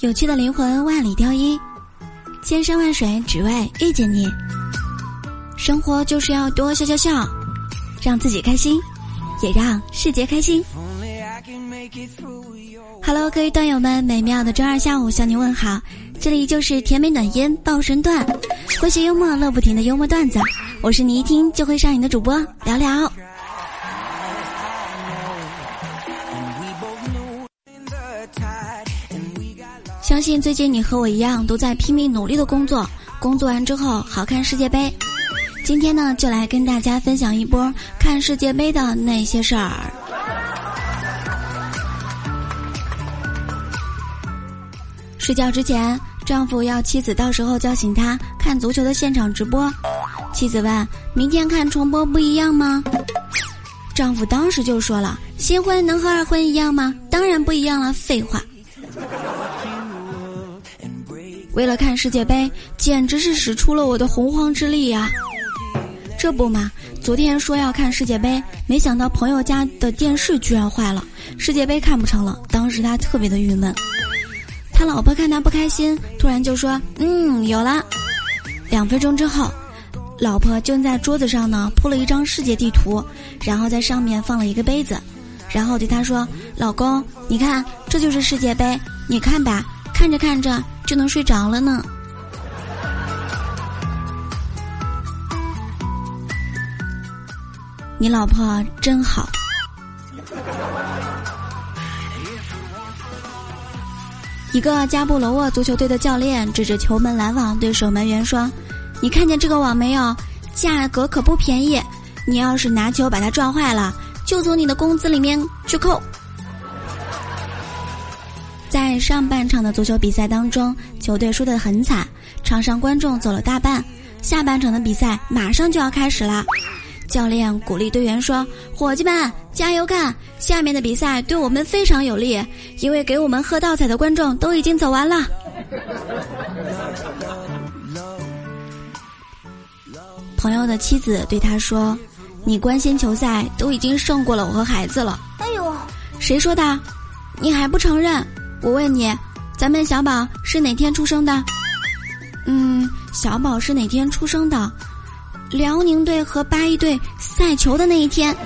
有趣的灵魂万里挑一，千山万水只为遇见你。生活就是要多笑笑笑，让自己开心，也让世界开心。Hello， 各位段友们，美妙的周二下午向您问好，这里就是甜美暖音爆神段，诙谐幽默乐不停的幽默段子，我是你一听就会上瘾的主播聊聊。相信最近你和我一样都在拼命努力的工作完之后好看世界杯。今天呢，就来跟大家分享一波看世界杯的那些事儿。睡觉之前，丈夫要妻子到时候叫醒他看足球的现场直播。妻子问：明天看重播不一样吗？丈夫当时就说了：新婚能和二婚一样吗？当然不一样了，废话。为了看世界杯，简直是使出了我的洪荒之力呀！这不嘛，昨天说要看世界杯，没想到朋友家的电视居然坏了，世界杯看不成了。当时他特别的郁闷，他老婆看他不开心，突然就说：有了。2分钟之后，老婆就在桌子上呢铺了一张世界地图，然后在上面放了一个杯子，然后对他说：老公，你看，这就是世界杯，你看吧，看着看着就能睡着了呢。你老婆真好。一个加布罗沃足球队的教练指着球门拦网对守门员说：你看见这个网没有？价格可不便宜，你要是拿球把它撞坏了，就从你的工资里面去扣。在上半场的足球比赛当中，球队输得很惨，场上观众走了大半，下半场的比赛马上就要开始了。教练鼓励队员说：伙计们，加油干，下面的比赛对我们非常有利，因为给我们喝倒彩的观众都已经走完了。朋友的妻子对他说：你关心球赛都已经胜过了我和孩子了。哎呦，谁说的？你还不承认？我问你，咱们小宝是哪天出生的？小宝是哪天出生的？辽宁队和八一队赛球的那一天。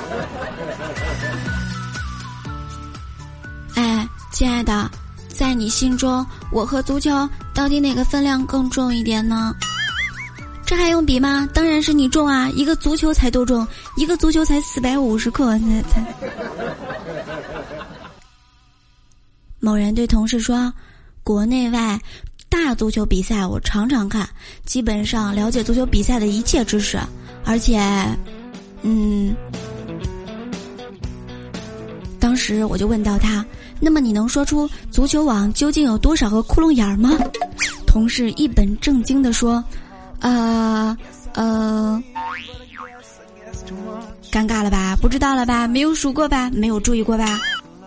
哎，亲爱的，在你心中，我和足球到底哪个分量更重一点呢？这还用比吗？当然是你重啊！一个足球才多重？一个足球才450克才。某人对同事说：国内外大足球比赛我常常看，基本上了解足球比赛的一切知识，而且当时我就问到他：那么你能说出足球网究竟有多少个窟窿眼吗？同事一本正经地说：尴尬了吧？不知道了吧？没有数过吧？没有注意过吧？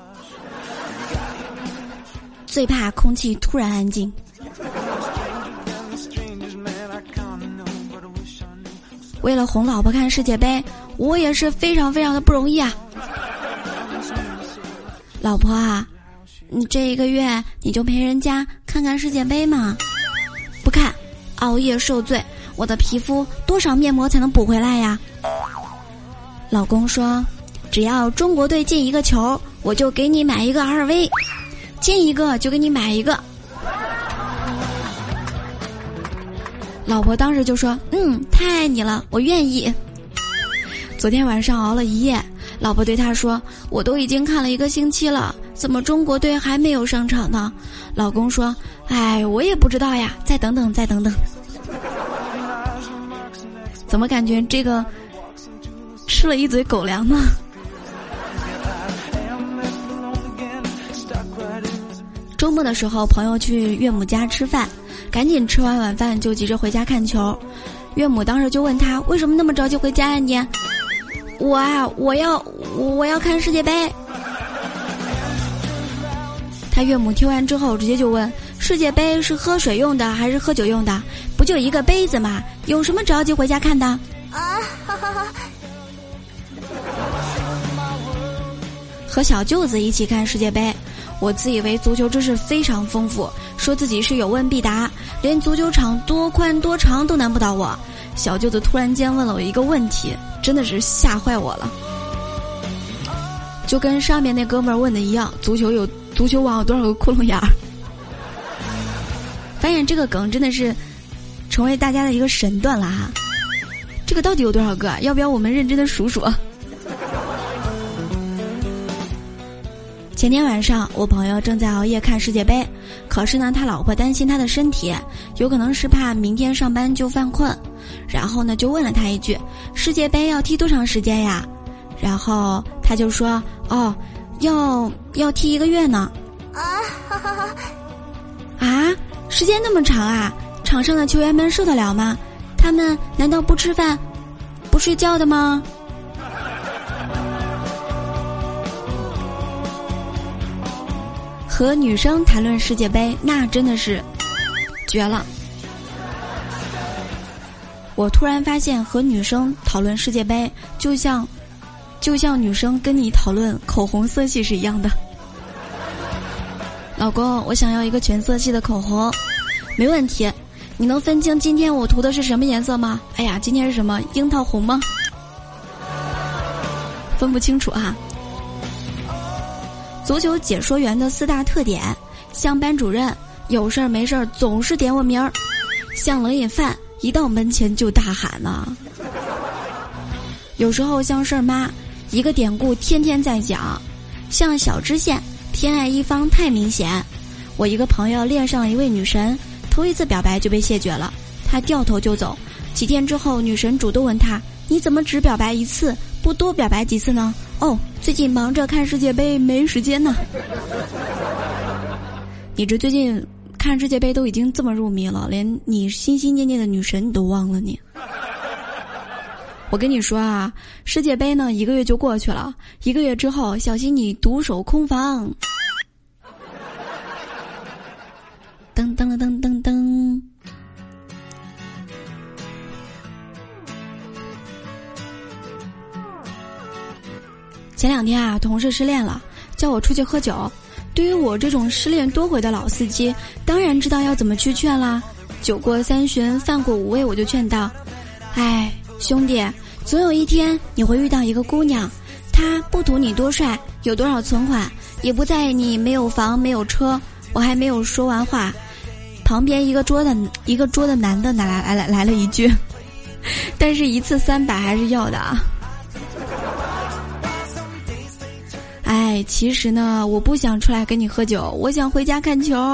最怕空气突然安静。为了哄老婆看世界杯，我也是非常非常的不容易啊。老婆啊，你这1个月你就陪人家看看世界杯嘛？不看，熬夜受罪，我的皮肤多少面膜才能补回来呀？老公说：只要中国队进1个球，我就给你买一个LV，进1个就给你买1个。老婆当时就说：太爱你了，我愿意。昨天晚上熬了一夜，老婆对他说：我都已经看了1个星期了，怎么中国队还没有上场呢？老公说：哎，我也不知道呀，再等等。怎么感觉这个吃了一嘴狗粮呢？周末的时候，朋友去岳母家吃饭，赶紧吃完晚饭就急着回家看球。岳母当时就问他：为什么那么着急回家呀你？我要看世界杯。他岳母听完之后直接就问：世界杯是喝水用的还是喝酒用的？不就一个杯子嘛，有什么着急回家看的？啊，哈哈哈。 和小舅子一起看世界杯，我自以为足球知识非常丰富，说自己是有问必答，连足球场多宽多长都难不倒我。小舅子突然间问了我一个问题，真的是吓坏我了。就跟上面那哥们儿问的一样，足球网有多少个窟窿眼儿？发现这个梗真的是成为大家的一个神段了哈。这个到底有多少个？要不要我们认真的数数？前天晚上，我朋友正在熬夜看世界杯，可是呢，他老婆担心他的身体，有可能是怕明天上班就犯困，然后呢，就问了他一句：“世界杯要踢多长时间呀？”然后他就说：“哦，要踢1个月呢。”啊，时间那么长啊？场上的球员们受得了吗？他们难道不吃饭、不睡觉的吗？和女生谈论世界杯，那真的是绝了。我突然发现，和女生讨论世界杯，就像女生跟你讨论口红色系是一样的。老公，我想要一个全色系的口红。没问题，你能分清今天我涂的是什么颜色吗？哎呀，今天是什么樱桃红吗？分不清楚啊。足球解说员的4大特点：像班主任，有事儿没事儿总是点我名儿；像冷饮饭，一到门前就大喊呢；有时候像事儿妈，一个典故天天在讲；像小支线，偏爱一方太明显。我一个朋友恋上了一位女神，头一次表白就被谢绝了，他掉头就走。几天之后，女神主动问他：“你怎么只表白1次，不多表白几次呢？”哦，最近忙着看世界杯，没时间呢。你这最近看世界杯都已经这么入迷了，连你心心念念的女神你都忘了你。我跟你说啊，世界杯呢1个月就过去了，1个月之后小心你独守空房。噔噔噔噔噔。前2天啊，同事失恋了，叫我出去喝酒。对于我这种失恋多回的老司机，当然知道要怎么去劝啦。酒过3巡，饭过5味，我就劝道：“哎，兄弟，总有一天你会遇到一个姑娘，她不图你多帅，有多少存款，也不在意你没有房没有车。”我还没有说完话，旁边一个桌的男的来了一句：“但是1次300还是要的啊。”哎，其实呢，我不想出来跟你喝酒，我想回家看球。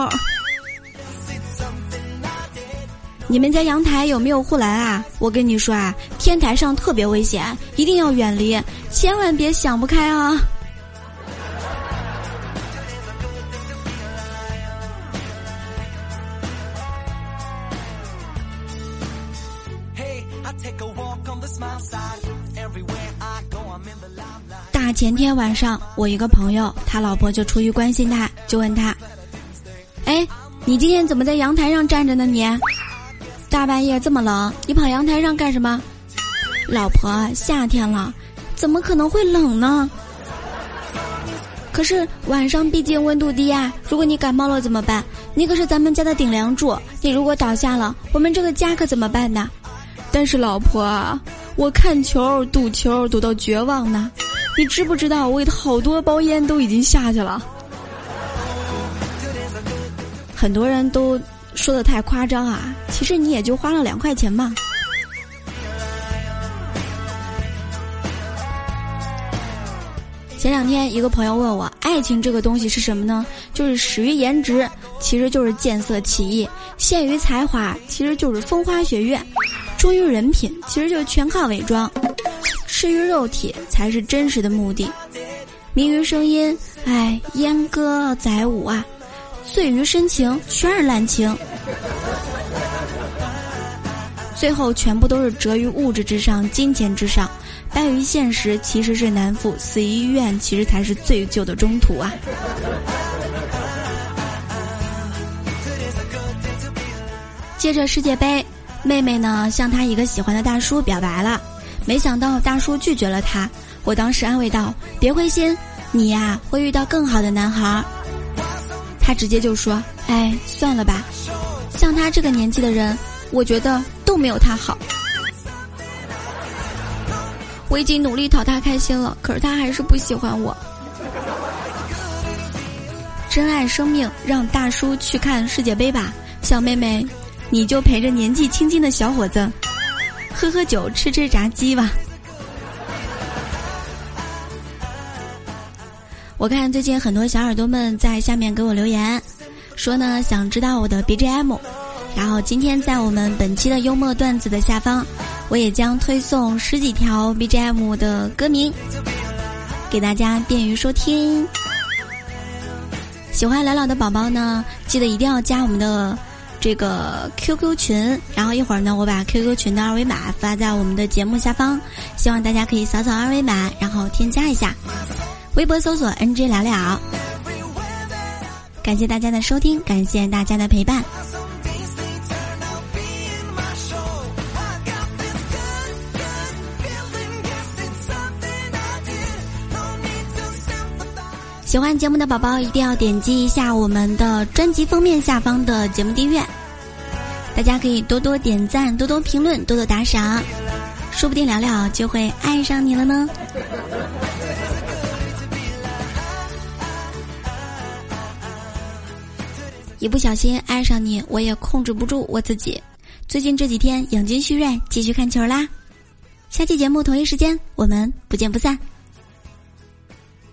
你们家阳台有没有护栏啊？我跟你说啊，天台上特别危险，一定要远离，千万别想不开啊。大前天晚上，我一个朋友，他老婆就出于关心他，就问他：“哎，你今天怎么在阳台上站着呢？你大半夜这么冷，你跑阳台上干什么？”老婆，夏天了，怎么可能会冷呢？可是晚上毕竟温度低啊，如果你感冒了怎么办？你可是咱们家的顶梁柱，你如果倒下了，我们这个家可怎么办呢？但是老婆啊，我看球赌球赌到绝望呢，你知不知道我的好多包烟都已经下去了？很多人都说的太夸张啊，其实你也就花了2块钱嘛。前2天一个朋友问我，爱情这个东西是什么呢？就是始于颜值，其实就是见色起意；陷于才华，其实就是风花雪月；忠于人品，其实就是全靠伪装；痴于肉体，才是真实的目的；迷于声音，哎，阉割载舞啊；醉于深情，全是滥情；最后全部都是折于物质之上，金钱之上。败于现实其实是难富，死于医院其实才是最旧的中途啊。接着世界杯，妹妹呢向她一个喜欢的大叔表白了，没想到大叔拒绝了她。我当时安慰道：“别灰心， 你呀会遇到更好的男孩。他直接就说，哎，算了吧，像他这个年纪的人，我觉得都没有他好。我已经努力讨他开心了，可是他还是不喜欢我。珍爱生命，让大叔去看世界杯吧，小妹妹你就陪着年纪轻轻的小伙子喝喝酒吃吃炸鸡吧。我看最近很多小耳朵们在下面给我留言说呢，想知道我的 BGM， 然后今天在我们本期的幽默段子的下方，我也将推送10几条 BGM 的歌名给大家便于收听。喜欢聊聊的宝宝呢，记得一定要加我们的这个 QQ 群，然后一会儿呢我把 QQ 群的二维码发在我们的节目下方，希望大家可以扫扫二维码然后添加一下，微博搜索 NG 聊聊。感谢大家的收听，感谢大家的陪伴。喜欢节目的宝宝一定要点击一下我们的专辑封面下方的节目订阅，大家可以多多点赞，多多评论，多多打赏，说不定聊聊就会爱上你了呢。一不小心爱上你，我也控制不住我自己。最近这几天养精蓄锐，继续看球啦。下期节目同一时间我们不见不散。